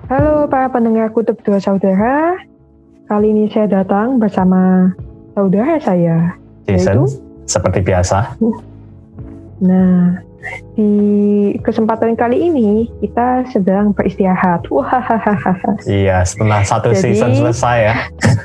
Halo para pendengar Kutub Dua Saudara. Kali ini saya datang bersama saudara saya, Jason, seperti biasa. Nah, di kesempatan kali ini kita sedang beristirahat. Wahahaha. Iya, setelah season selesai ya.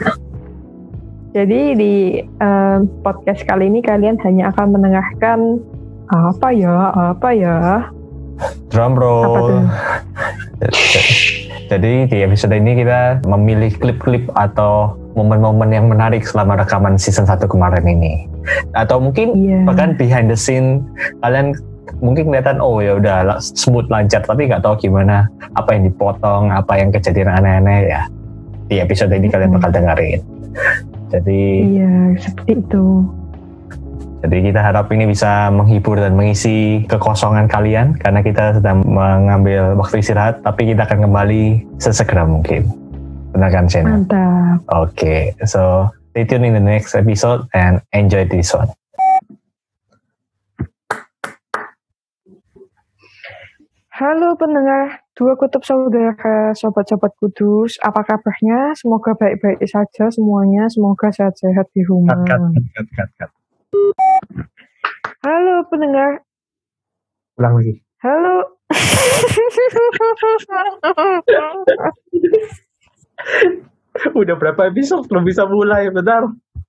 Jadi di podcast kali ini kalian hanya akan mendengarkan apa ya? Drum roll. Apa tuh? Jadi di episode ini kita memilih klip-klip atau momen-momen yang menarik selama rekaman season 1 kemarin ini. Atau mungkin bahkan behind the scene kalian mungkin kelihatan oh ya udah smooth lancar, tapi nggak tahu gimana apa yang dipotong, apa yang kejadian aneh-aneh ya. Di episode ini kalian bakal dengerin. Jadi seperti itu. Jadi kita harap ini bisa menghibur dan mengisi kekosongan kalian karena kita sedang mengambil waktu istirahat, tapi kita akan kembali sesegera mungkin. Benar kan, Shena? Mantap. Okay, so stay tuned in the next episode and enjoy this one. Halo pendengar Dua Kutub Saudara, sobat-sobat kudus, apa kabarnya? Semoga baik-baik saja semuanya, semoga sehat-sehat di rumah. Cut. Halo pendengar. Ulang lagi. Halo. Udah berapa episode belum bisa mulai, bentar.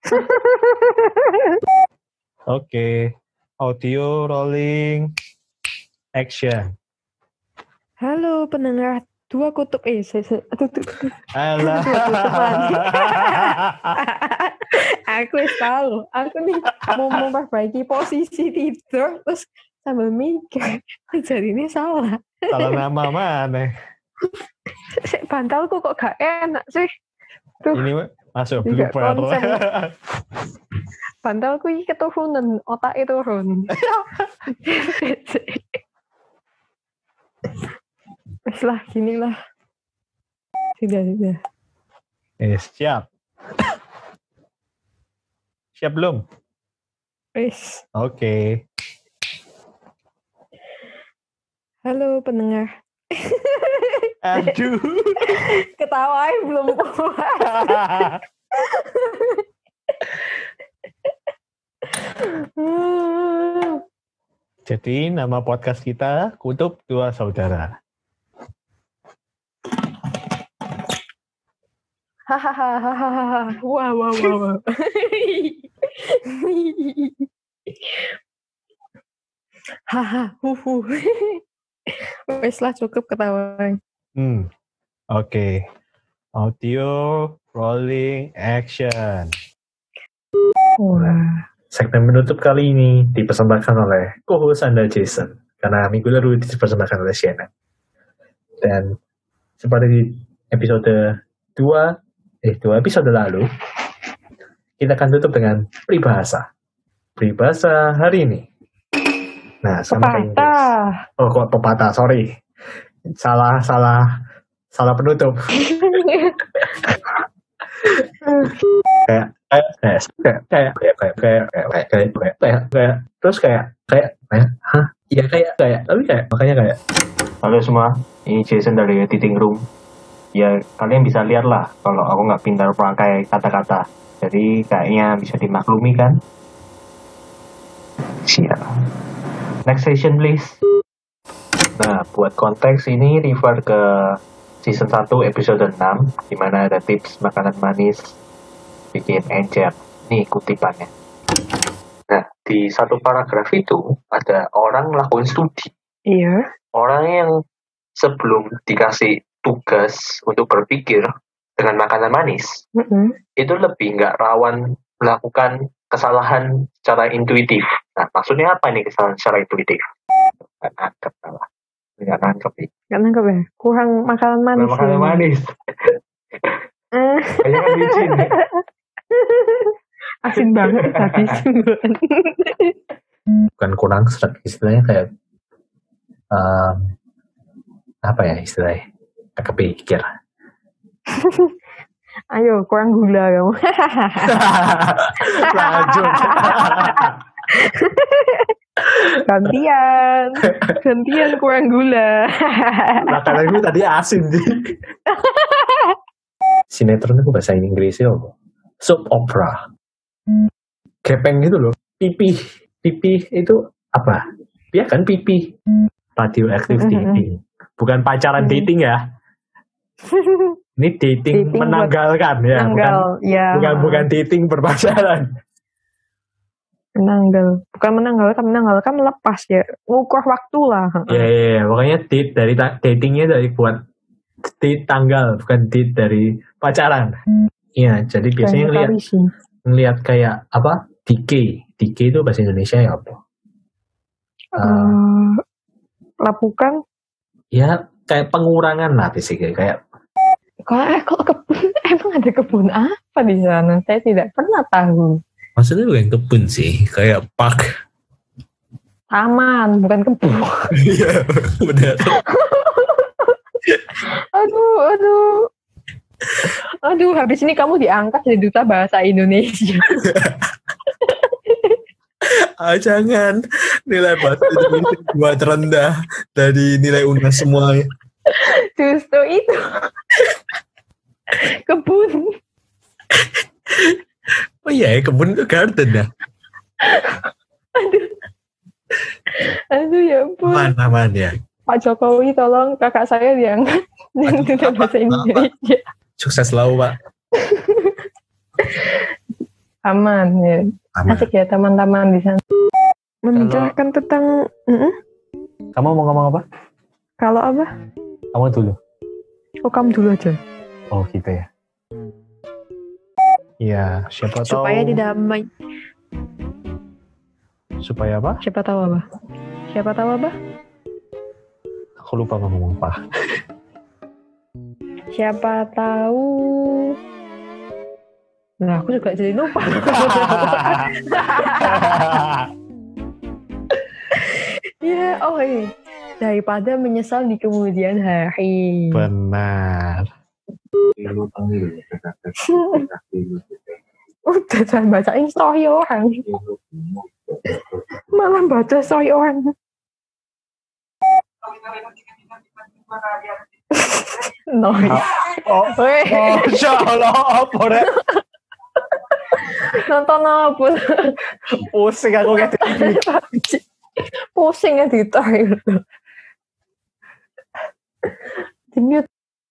Oke. Audio rolling. Action. Halo pendengar Dua Kutub Alah. Aku tahu. Aku nih mau memperbaiki posisi tidur terus sambil mikir. Jadi ini salah. Salah nama mana? Bantalku kok gak enak sih. Tuh, ini masuk blooper. Bantalku ini keturunan, otak itu turun. Lah, gini lah. Sudah. Siap. Siap belum? Wes. Oke. Halo pendengar. Aduh. Ketawain belum puas. Jadi nama podcast kita Kutub Dua Saudara. Hahaha. Wow. Haha. Wes lah, cukup ketawa. Oke. Audio rolling action. Wah. Segmen penutup kali ini dipersembahkan oleh co-host Anda Jason, karena minggu lalu dipersembahkan oleh Shena. Dan seperti di episode 2 episode lalu, kita akan tutup dengan peribahasa hari ini. Nah, sama kayak Inggris. Oh, kok pepatah, sorry. Salah penutup. kayak terus kayak hah? Iya kayak tapi kayak makanya kayak halo semua, ini Jason dari editing room. Ya kalian bisa lihat lah kalau aku nggak pintar merangkai kata-kata, jadi kayaknya bisa dimaklumi kan. Siap. Next session please. Nah, buat konteks ini refer ke season 1 episode 6 di mana ada tips makanan manis bikin encer. Nih kutipannya. Nah, di satu paragraf itu ada orang ngelakuin studi. Iya. Orang yang sebelum dikasih tugas untuk berpikir dengan makanan manis, itu lebih nggak rawan melakukan kesalahan secara intuitif. Nah, maksudnya apa nih kesalahan secara intuitif? Nggak nangkep salah. Nggak nangkep ya? Kurang makanan manis. Makanan manis. Kayaknya kan licin. Asin banget tadi. Bukan kurang serat, istilahnya kayak apa ya istilahnya? Gak kepikir. Ayo, kurang gula kamu. Lanjut. Gantian kurang gula. Makanan gue tadi asin sih. Sinetron itu bahasa Inggrisnya apa? Soap opera. Gepeng gitu loh. Pipih itu apa? Ya kan pipih. Radioactive dating. Bukan pacaran dating ya. Ini dating menanggalkan ya. Bukan dating berpacaran. Menanggalkan lepas ya. Ngukur waktu lah. Iya. Pokoknya date dari datingnya dari buat date tanggal, bukan date dari pacaran. Iya, jadi biasanya ngelihat kayak apa? Decay itu bahasa Indonesia ya apa? Lapukan? Ya, kayak pengurangan lah basically kayak. Kalau kebun, emang ada kebun apa di sana? Saya tidak pernah tahu. Maksudnya bukan kebun sih, kayak park. Taman, bukan kebun. Iya, benar. Aduh, habis ini kamu diangkat jadi duta bahasa Indonesia. Jangan, nilai bahasa Indonesia buat rendah dari nilai UNAS semua. Justru itu. Kebun. Oh iya, kebun itu garden ya. Aduh ya ampun. Aman ya. Pak Jokowi tolong kakak saya diangkat duta bahasa Indonesia. Sukses selalu Pak. Aman ya. Asik ya teman-teman di sana. Membicarakan tentang. Kamu mau ngomong apa? Kalau apa? Kamu dulu. Oh, kamu dulu aja. Oh gitu ya. Iya, siapa tahu. Supaya tidak. Supaya apa? Siapa tahu apa? Aku lupa ngomong apa. Siapa tahu. Nah, aku juga jadi lupa. Ya, daripada menyesal di kemudian hari. Benar. Udah jangan bacain story orang. Malah baca story orang. Masya Allah, apa deh? Nonton apa? Pusing aku kayak Pusing editor itu. Dimute.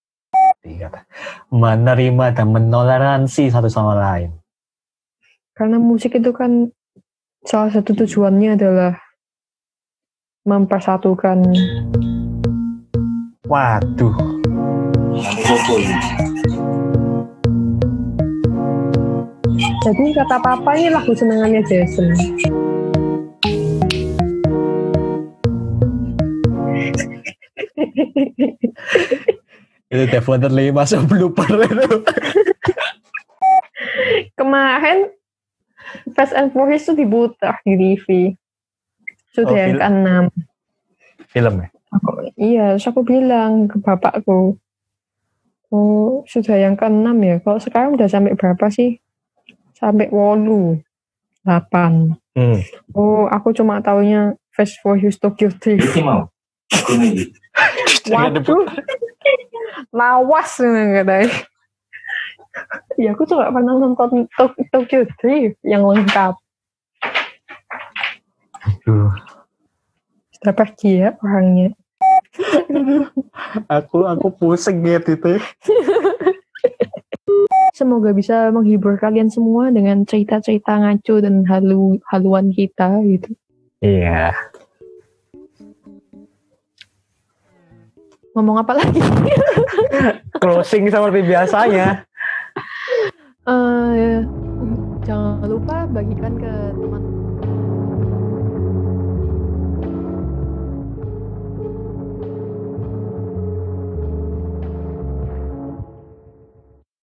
Menerima dan menoleransi satu sama lain. Karena musik itu kan salah satu tujuannya adalah mempersatukan. Waduh. Jadi kata papa ini lagu senangannya Jason. Itu definitely masuk blooper itu. Kemarin Fast and Furious itu diputar di TV. Sudah yang ke-6. Film ya? Iya, terus aku bilang ke bapakku, oh sudah yang ke-6 ya, kalau sekarang udah sampai berapa sih? Sampai 8. Oh, aku cuma taunya Fast Furious Tokyo Drift. Waduh, lawas nggak tahu. Ya aku tuh gak pernah nonton Tokyo Drift yang lengkap. Aduh. Sudah pergi ya orangnya. Aku pusing gitu itu. Semoga bisa menghibur kalian semua dengan cerita-cerita ngaco dan haluan kita gitu. Iya. Ngomong apa lagi? Closing seperti biasanya. Jangan lupa bagikan ke teman-teman.